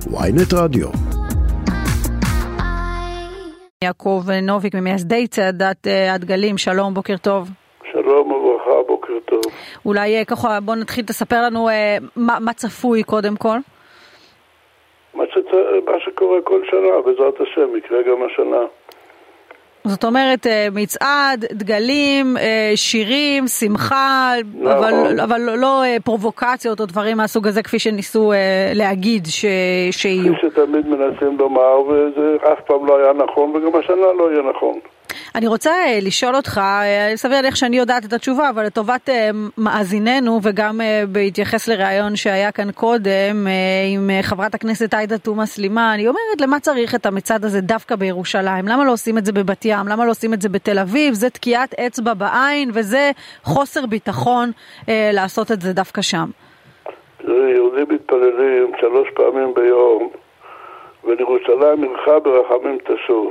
ynet רדיו. יעקב נוביק ממייסדי צעדת הדגלים, שלום, בוקר טוב. שלום וברכה, בוקר טוב. אולי ככה בוא נתחיל תספר לנו מה צפוי קודם כל. מה שקורה כל שנה, בעזרת השם, יקרה גם השנה. זאת אומרת, מצעד, דגלים, שירים, שמחה, אבל לא פרובוקציות או דברים מהסוג הזה, כפי שניסו להגיד שיהיו. כפי שתמיד מנסים לומר, וזה אף פעם לא היה נכון, וגם השנה לא יהיה נכון. אני רוצה לשאול אותך, סביר לך שאני יודעת את התשובה, אבל לטובת מאזיננו, וגם בהתייחס לרעיון שהיה כאן קודם, עם חברת הכנסת עאידה תומא סלימאן, היא אומרת, למה צריך את המצעד הזה דווקא בירושלים? למה לא עושים את זה בבת ים? למה לא עושים את זה בתל אביב? זה תקיעת אצבע בעין, וזה חוסר ביטחון לעשות את זה דווקא שם. יהודים מתפללים 3 פעמים ביום, ולירושלים עירך ברחמים תשוב.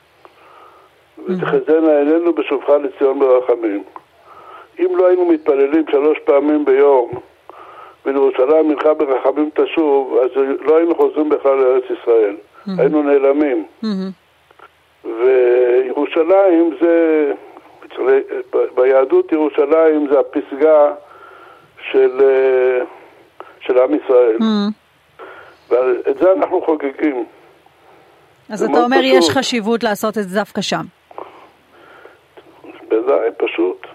ותחזינה עינינו בשובך לציון ברחמים. אם לא היינו מתפללים 3 פעמים ביום ולירושלים עירך ברחמים תשוב, אז לא היינו חוזרים בכלל לארץ ישראל. היינו נעלמים. וירושלים זה, ביהדות ירושלים זה הפסגה של עם ישראל. ואת זה אנחנו חוגגים. אז אתה אומר פשוט. יש חשיבות לעשות את זה דווקא שם. בוודאי, פשוט.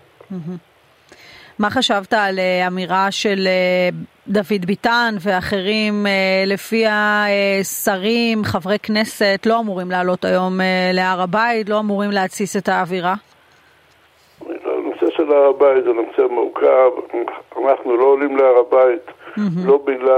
מה חשבת על אמירה של דוד ביטן ואחרים, לפי השרים, חברי כנסת, לא אמורים לעלות היום להר הבית, לא אמורים להציס את האווירה? הנושא של הר הבית זה נושא מורכב, אנחנו לא עולים להר הבית, לא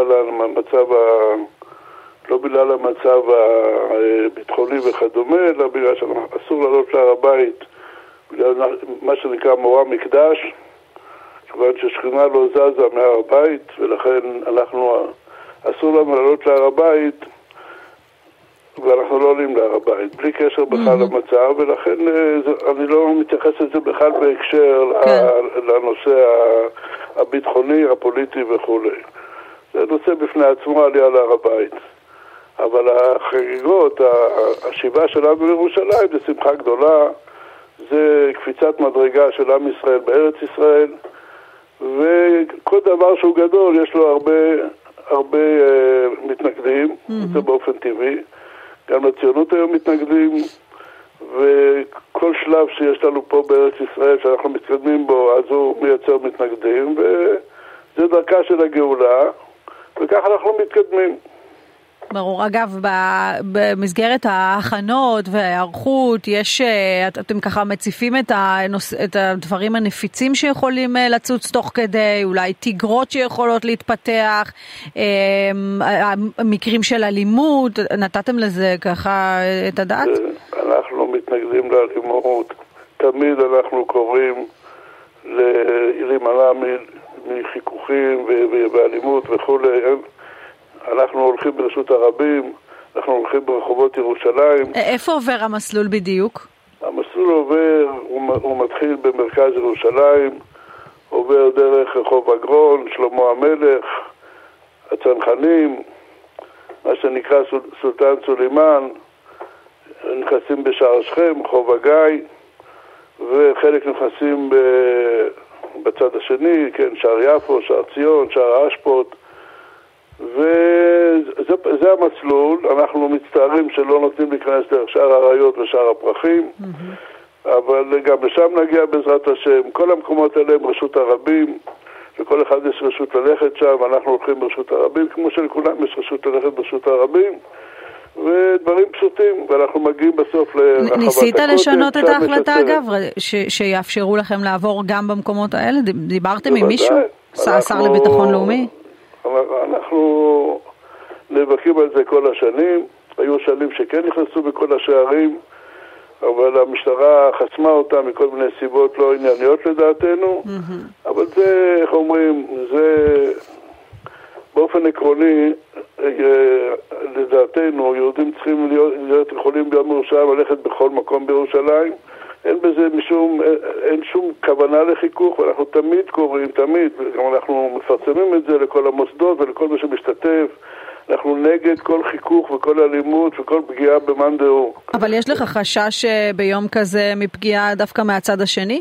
בגלל המצב הביטחוני וכדומה, אלא בגלל שאסור לעלות להר הבית, בגלל מה שנקרא מורא מקדש, כיוון ששכינה לא זזה מהר הבית, ולכן אסור לנו לעלות להר הבית, ואנחנו לא עולים להר הבית, בלי קשר בכלל למצב, ולכן אני לא מתייחס לזה בכלל בהקשר לנושא הביטחוני, הפוליטי וכו'. זה נושא בפני עצמו עלייה להר הבית. אבל החגיגות, השיבה שלנו לירושלים זה שמחה גדולה, זה קפיצת מדרגה של עם ישראל בארץ ישראל, וכל דבר שהוא גדול יש לו הרבה מתנגדים, זה באופן טבעי, גם לציונות היום מתנגדים, וכל שלב שיש לנו פה בארץ ישראל שאנחנו מתקדמים בו, אז הוא מייצר מתנגדים, וזה דרכה של הגאולה, וכך אנחנו מתקדמים. ברור. אגב, במסגרת ההכנות וההיערכות, אתם ככה מציפים את הדברים הנפיצים שיכולים לצוץ תוך כדי, אולי תגרות שיכולות להתפתח, מקרים של אלימות, נתתם לזה ככה את הדעת? אנחנו מתנגדים לאלימות, תמיד אנחנו קוראים להימנע מחיכוכים ואלימות וכו'. אנחנו הולכים ברשות הרבים, אנחנו הולכים ברחובות ירושלים. איפה עובר המסלול בדיוק? המסלול עובר, הוא מתחיל במרכז ירושלים, עובר דרך רחוב אגרון, שלמה המלך, הצנחנים, מה שנקרא סולטן סולימן, נכנסים בשער שכם, רחוב הגיא, וחלק נכנסים בצד השני, כן, שער יפו, שער ציון, שער אשפוט, וזה המסלול. אנחנו מצטערים שלא נותנים להיכנס דרך שער הריות ושער הפרחים, אבל גם לשם נגיע בעזרת השם. כל המקומות האלה הם רשות הרבים, לכל אחד יש רשות ללכת שם, אנחנו הולכים ברשות הרבים, כמו שלכולם יש רשות ללכת ברשות הרבים, ודברים פשוטים, ואנחנו מגיעים בסוף לרחבת הכותל. ניסית לשנות את ההחלטה, אגב, שיאפשרו לכם לעבור גם במקומות האלה? דיברתם עם מישהו? שר לביטחון לאומי? אנחנו נאבקים על זה כל השנים, היו שנים שכן נכנסו בכל השערים, אבל המשטרה חסמה אותה מכל מיני סיבות לא ענייניות לדעתנו, אבל זה, איך אומרים, זה באופן עקרוני, לדעתנו, יהודים צריכים להיות יכולים להיות בירושלים, ללכת בכל מקום בירושלים, אין בזה אין שום כוונה לחיכוך, ואנחנו תמיד קוראים, תמיד, וגם אנחנו מפרסמים את זה לכל המוסדות ולכל מי שמשתתף, אנחנו אנחנו נגד כל חיכוך וכל אלימות וכל פגיעה במאן דהוא. אבל יש לך חשש ביום כזה מפגיעה דווקא מהצד השני?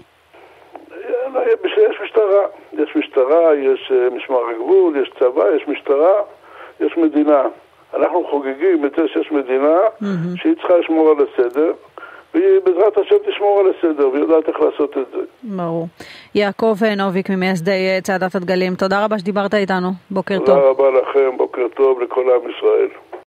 יש משטרה. יש משטרה, יש משמר הגבול, יש צבא, יש משטרה, יש מדינה. אנחנו חוגגים את זה שיש מדינה שהיא צריכה לשמור על הסדר, והיא בעזרת השם תשמור על הסדר, והיא יודעת איך לעשות את זה. ברור. יעקב נוביק ממייסדי צעדת הדגלים, תודה רבה שדיברת איתנו. בוקר טוב. תודה רבה לכם, בוקר טוב לכל עם ישראל.